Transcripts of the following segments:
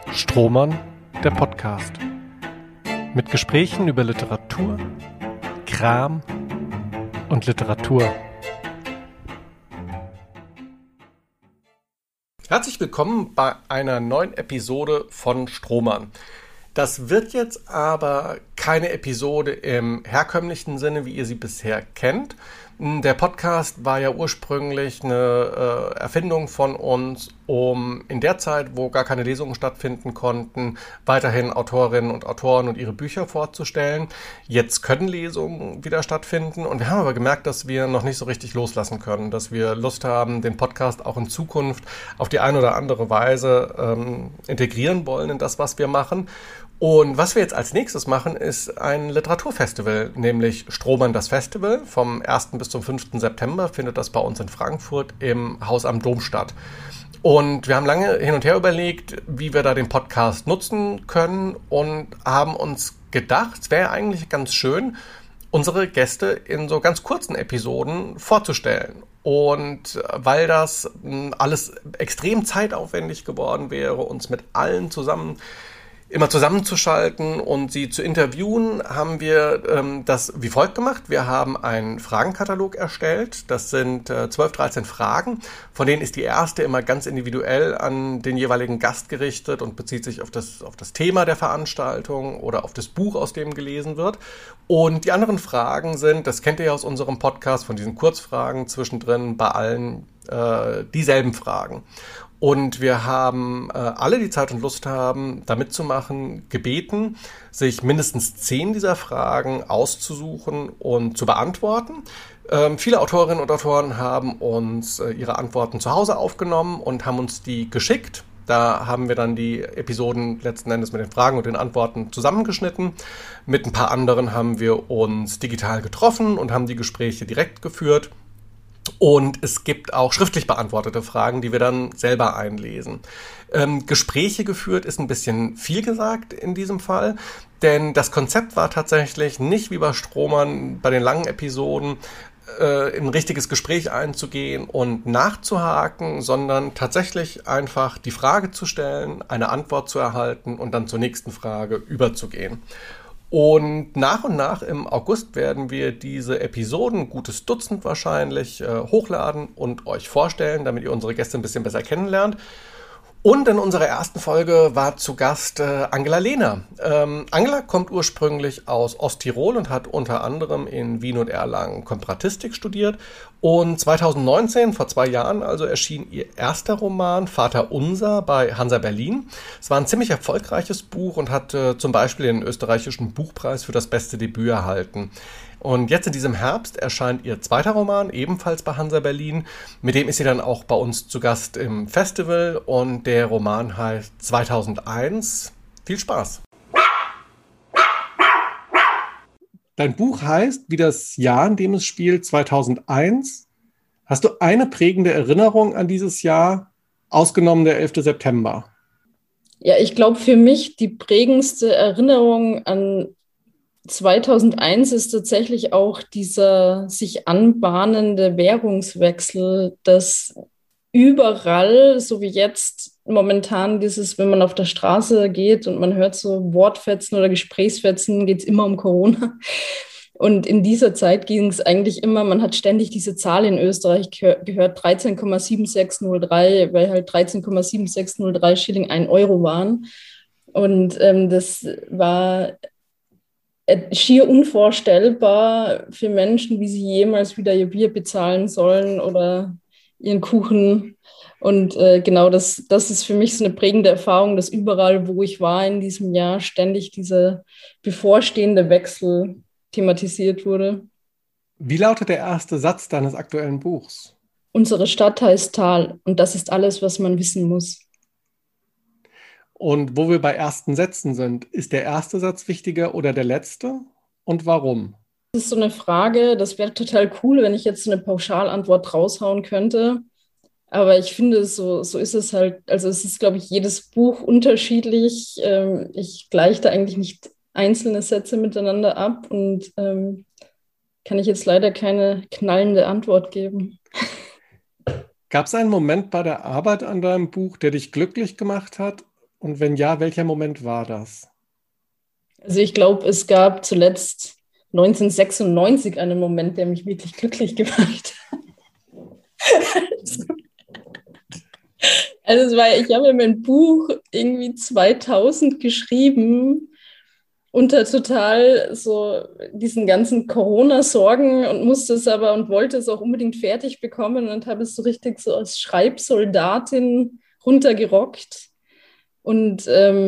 Strohmann, der Podcast. Mit Gesprächen über Literatur, Kram und Literatur. Herzlich willkommen bei einer neuen Episode von Strohmann. Das wird jetzt aber keine Episode im herkömmlichen Sinne, wie ihr sie bisher kennt. Der Podcast war ja ursprünglich eine Erfindung von uns, um in der Zeit, wo gar keine Lesungen stattfinden konnten, weiterhin Autorinnen und Autoren und ihre Bücher vorzustellen. Jetzt können Lesungen wieder stattfinden und wir haben aber gemerkt, dass wir noch nicht so richtig loslassen können, dass wir Lust haben, den Podcast auch in Zukunft auf die eine oder andere Weise integrieren wollen in das, was wir machen. Und was wir jetzt als nächstes machen, ist ein Literaturfestival, nämlich Strohmann das Festival. Vom 1. bis zum 5. September findet das bei uns in Frankfurt im Haus am Dom statt. Und wir haben lange hin und her überlegt, wie wir da den Podcast nutzen können und haben uns gedacht, es wäre eigentlich ganz schön, unsere Gäste in so ganz kurzen Episoden vorzustellen. Und weil das alles extrem zeitaufwendig geworden wäre, uns mit allen zusammenzuschalten und sie zu interviewen, haben wir das wie folgt gemacht. Wir haben einen Fragenkatalog erstellt. Das sind 12, 13 Fragen. Von denen ist die erste immer ganz individuell an den jeweiligen Gast gerichtet und bezieht sich auf das Thema der Veranstaltung oder auf das Buch, aus dem gelesen wird. Und die anderen Fragen sind, das kennt ihr ja aus unserem Podcast, von diesen Kurzfragen zwischendrin bei allen dieselben Fragen. Und wir haben alle, die Zeit und Lust haben, da mitzumachen, gebeten, sich mindestens 10 dieser Fragen auszusuchen und zu beantworten. Viele Autorinnen und Autoren haben uns ihre Antworten zu Hause aufgenommen und haben uns die geschickt. Da haben wir dann die Episoden letzten Endes mit den Fragen und den Antworten zusammengeschnitten. Mit ein paar anderen haben wir uns digital getroffen und haben die Gespräche direkt geführt. Und es gibt auch schriftlich beantwortete Fragen, die wir dann selber einlesen. Gespräche geführt ist ein bisschen viel gesagt in diesem Fall, denn das Konzept war tatsächlich nicht wie bei Strohmann bei den langen Episoden in ein richtiges Gespräch einzugehen und nachzuhaken, sondern tatsächlich einfach die Frage zu stellen, eine Antwort zu erhalten und dann zur nächsten Frage überzugehen. Und nach im August werden wir diese Episoden, gutes Dutzend wahrscheinlich, hochladen und euch vorstellen, damit ihr unsere Gäste ein bisschen besser kennenlernt. Und in unserer ersten Folge war zu Gast Angela Lehner. Angela kommt ursprünglich aus Osttirol und hat unter anderem in Wien und Erlangen Komparatistik studiert. Und 2019, vor 2 Jahren, also erschien ihr erster Roman Vater Unser bei Hansa Berlin. Es war ein ziemlich erfolgreiches Buch und hat zum Beispiel den österreichischen Buchpreis für das beste Debüt erhalten. Und jetzt in diesem Herbst erscheint ihr zweiter Roman, ebenfalls bei Hansa Berlin. Mit dem ist sie dann auch bei uns zu Gast im Festival und der Roman heißt 2001. Viel Spaß! Dein Buch heißt, wie das Jahr, in dem es spielt, 2001. Hast du eine prägende Erinnerung an dieses Jahr, ausgenommen der 11. September? Ja, ich glaube, für mich die prägendste Erinnerung an 2001 ist tatsächlich auch dieser sich anbahnende Währungswechsel, dass überall, so wie jetzt momentan dieses, wenn man auf der Straße geht und man hört so Wortfetzen oder Gesprächsfetzen, geht es immer um Corona. Und in dieser Zeit ging es eigentlich immer, man hat ständig diese Zahl in Österreich gehört, 13,7603, weil halt 13,7603 Schilling 1 Euro waren. Und das war schier unvorstellbar für Menschen, wie sie jemals wieder ihr Bier bezahlen sollen oder ihren Kuchen. Und genau das ist für mich so eine prägende Erfahrung, dass überall, wo ich war in diesem Jahr, ständig dieser bevorstehende Wechsel thematisiert wurde. Wie lautet der erste Satz deines aktuellen Buchs? Unsere Stadt heißt Tal und das ist alles, was man wissen muss. Und wo wir bei ersten Sätzen sind, ist der erste Satz wichtiger oder der letzte? Und warum? Das ist so eine Frage, das wäre total cool, wenn ich jetzt so eine Pauschalantwort raushauen könnte. Aber ich finde, so ist es halt, also es ist, glaube ich, jedes Buch unterschiedlich. Ich gleiche da eigentlich nicht einzelne Sätze miteinander ab und kann ich jetzt leider keine knallende Antwort geben. Gab es einen Moment bei der Arbeit an deinem Buch, der dich glücklich gemacht hat Und wenn ja, welcher Moment war das? Also ich glaube, es gab zuletzt 1996 einen Moment, der mich wirklich glücklich gemacht hat. Also ich habe ja mein Buch irgendwie 2000 geschrieben unter total so diesen ganzen Corona-Sorgen und musste es aber und wollte es auch unbedingt fertig bekommen und habe es so richtig so als Schreibsoldatin runtergerockt. Und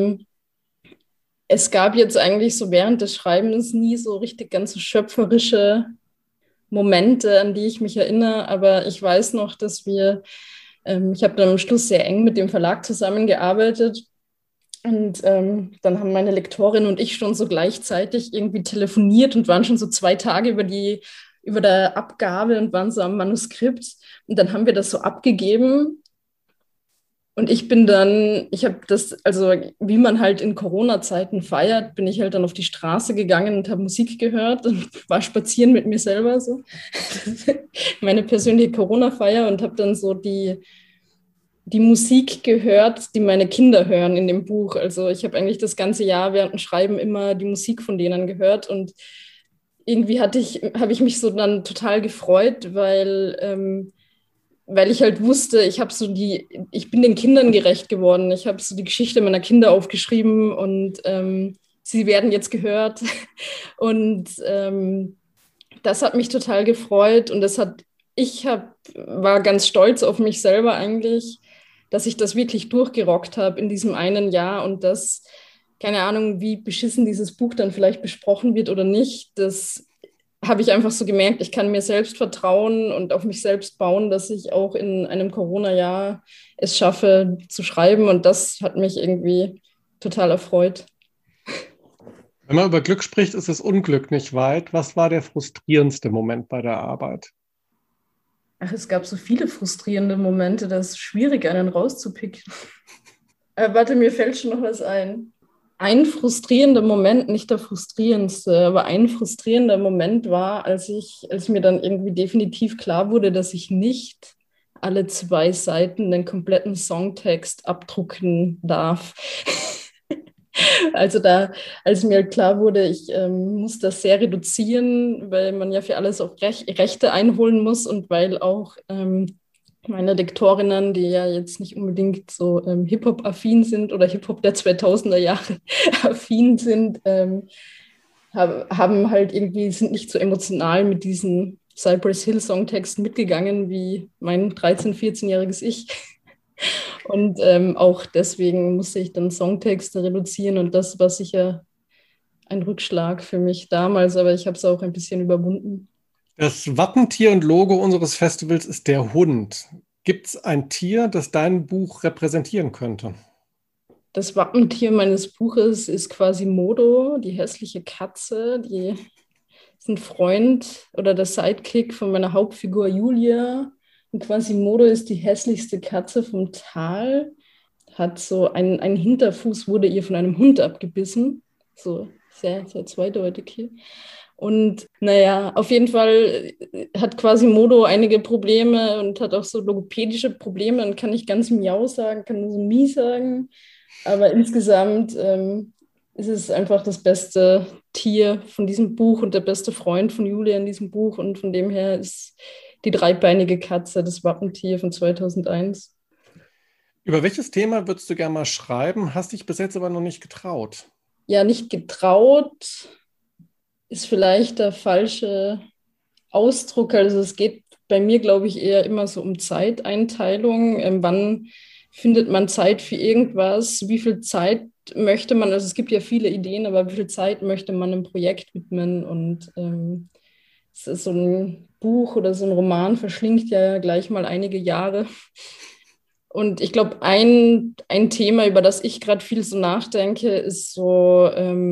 es gab jetzt eigentlich so während des Schreibens nie so richtig ganz so schöpferische Momente, an die ich mich erinnere, aber ich weiß noch, dass ich habe dann am Schluss sehr eng mit dem Verlag zusammengearbeitet und dann haben meine Lektorin und ich schon so gleichzeitig irgendwie telefoniert und waren schon so 2 Tage über der Abgabe und waren so am Manuskript und dann haben wir das so abgegeben. Und ich habe das, also wie man halt in Corona-Zeiten feiert, bin ich halt dann auf die Straße gegangen und habe Musik gehört und war spazieren mit mir selber so. Meine persönliche Corona-Feier und habe dann so die Musik gehört, die meine Kinder hören in dem Buch. Also ich habe eigentlich das ganze Jahr während dem Schreiben immer die Musik von denen gehört und irgendwie habe ich mich so dann total gefreut, weil ich halt wusste, ich bin den Kindern gerecht geworden. Ich habe so die Geschichte meiner Kinder aufgeschrieben und sie werden jetzt gehört. Und das hat mich total gefreut und war ganz stolz auf mich selber eigentlich, dass ich das wirklich durchgerockt habe in diesem einen Jahr und das, keine Ahnung, wie beschissen dieses Buch dann vielleicht besprochen wird oder nicht, das habe ich einfach so gemerkt, ich kann mir selbst vertrauen und auf mich selbst bauen, dass ich auch in einem Corona-Jahr es schaffe zu schreiben. Und das hat mich irgendwie total erfreut. Wenn man über Glück spricht, ist das Unglück nicht weit. Was war der frustrierendste Moment bei der Arbeit? Ach, es gab so viele frustrierende Momente, das ist schwierig, einen rauszupicken. Warte, mir fällt schon noch was ein. Ein frustrierender Moment, nicht der frustrierendste, aber ein frustrierender Moment war, als mir dann irgendwie definitiv klar wurde, dass ich nicht alle 2 Seiten den kompletten Songtext abdrucken darf. Als mir klar wurde, ich muss das sehr reduzieren, weil man ja für alles auch Rechte einholen muss und weil auch meine Lektorinnen, die ja jetzt nicht unbedingt so Hip-Hop-affin sind oder Hip-Hop der 2000er Jahre affin sind, haben halt irgendwie, sind nicht so emotional mit diesen Cypress Hill Songtexten mitgegangen wie mein 14-jähriges Ich. Und auch deswegen musste ich dann Songtexte reduzieren und das war sicher ein Rückschlag für mich damals, aber ich habe es auch ein bisschen überwunden. Das Wappentier und Logo unseres Festivals ist der Hund. Gibt es ein Tier, das dein Buch repräsentieren könnte? Das Wappentier meines Buches ist quasi Modo, die hässliche Katze, die ist ein Freund oder der Sidekick von meiner Hauptfigur Julia. Und quasi Modo ist die hässlichste Katze vom Tal. Hat so ein Hinterfuß wurde ihr von einem Hund abgebissen. So sehr, sehr zweideutig hier. Und naja, auf jeden Fall hat quasi Modo einige Probleme und hat auch so logopädische Probleme. Dann kann ich ganz Miau sagen, kann nur so Mie sagen. Aber insgesamt ist es einfach das beste Tier von diesem Buch und der beste Freund von Julia in diesem Buch. Und von dem her ist die dreibeinige Katze das Wappentier von 2001. Über welches Thema würdest du gerne mal schreiben, hast dich bis jetzt aber noch nicht getraut? Ja, nicht getraut ist vielleicht der falsche Ausdruck. Also es geht bei mir, glaube ich, eher immer so um Zeiteinteilung. Wann findet man Zeit für irgendwas? Wie viel Zeit möchte man, also es gibt ja viele Ideen, aber wie viel Zeit möchte man einem Projekt widmen? Und es ist so ein Buch oder so ein Roman verschlingt ja gleich mal einige Jahre. Und ich glaube, ein Thema, über das ich gerade viel so nachdenke, ist so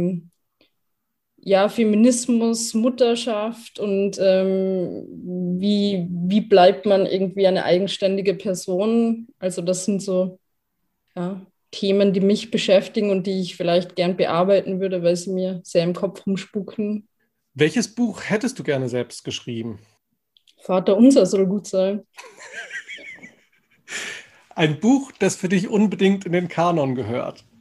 ja, Feminismus, Mutterschaft und wie bleibt man irgendwie eine eigenständige Person? Also das sind so ja, Themen, die mich beschäftigen und die ich vielleicht gern bearbeiten würde, weil sie mir sehr im Kopf rumspucken. Welches Buch hättest du gerne selbst geschrieben? Vater unser soll gut sein. Ein Buch, das für dich unbedingt in den Kanon gehört.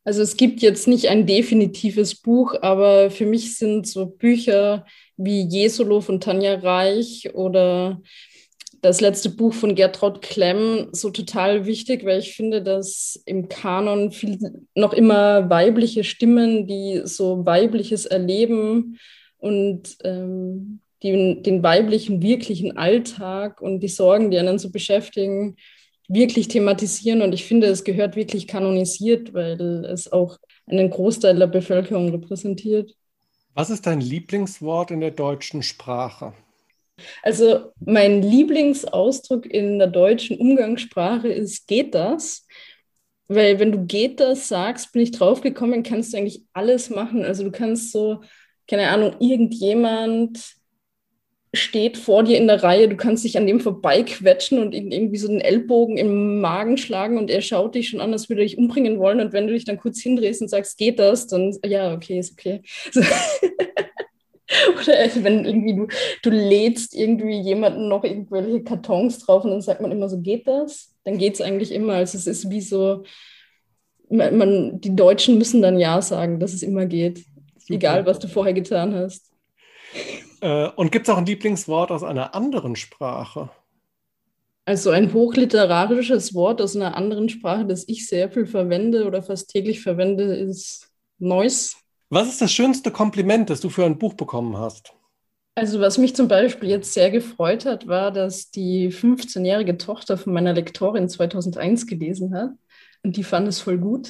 Also es gibt jetzt nicht ein definitives Buch, aber für mich sind so Bücher wie Jesolo von Tanja Reich oder das letzte Buch von Gertraud Klemm so total wichtig, weil ich finde, dass im Kanon noch immer weibliche Stimmen, die so weibliches erleben und den weiblichen, wirklichen Alltag und die Sorgen, die einen so beschäftigen, wirklich thematisieren. Und ich finde, es gehört wirklich kanonisiert, weil es auch einen Großteil der Bevölkerung repräsentiert. Was ist dein Lieblingswort in der deutschen Sprache? Also mein Lieblingsausdruck in der deutschen Umgangssprache ist geht das? Weil wenn du geht das sagst, bin ich draufgekommen, kannst du eigentlich alles machen. Also du kannst so, keine Ahnung, irgendjemand steht vor dir in der Reihe, du kannst dich an dem vorbeiquetschen und ihn irgendwie so den Ellbogen im Magen schlagen und er schaut dich schon an, als würde er dich umbringen wollen. Und wenn du dich dann kurz hindrehst und sagst, geht das, dann ja, okay, ist okay. So. Oder wenn irgendwie du lädst irgendwie jemanden noch irgendwelche Kartons drauf und dann sagt man immer so, geht das? Dann geht es eigentlich immer. Also es ist wie so, die Deutschen müssen dann ja sagen, dass es immer geht. Super. Egal, was du vorher getan hast. Und gibt es auch ein Lieblingswort aus einer anderen Sprache? Also ein hochliterarisches Wort aus einer anderen Sprache, das ich sehr viel verwende oder fast täglich verwende, ist Neuss. Was ist das schönste Kompliment, das du für ein Buch bekommen hast? Also was mich zum Beispiel jetzt sehr gefreut hat, war, dass die 15-jährige Tochter von meiner Lektorin 2001 gelesen hat und die fand es voll gut.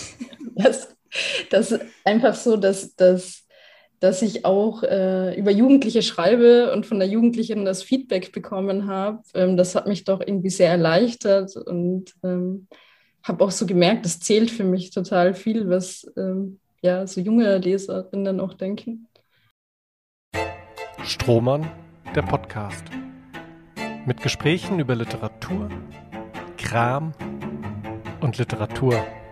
Das einfach so, dass ich auch über Jugendliche schreibe und von der Jugendlichen das Feedback bekommen habe. Das hat mich doch irgendwie sehr erleichtert und habe auch so gemerkt, das zählt für mich total viel, was so junge Leserinnen auch denken. Strohmann, der Podcast. Mit Gesprächen über Literatur, Kram und Literatur.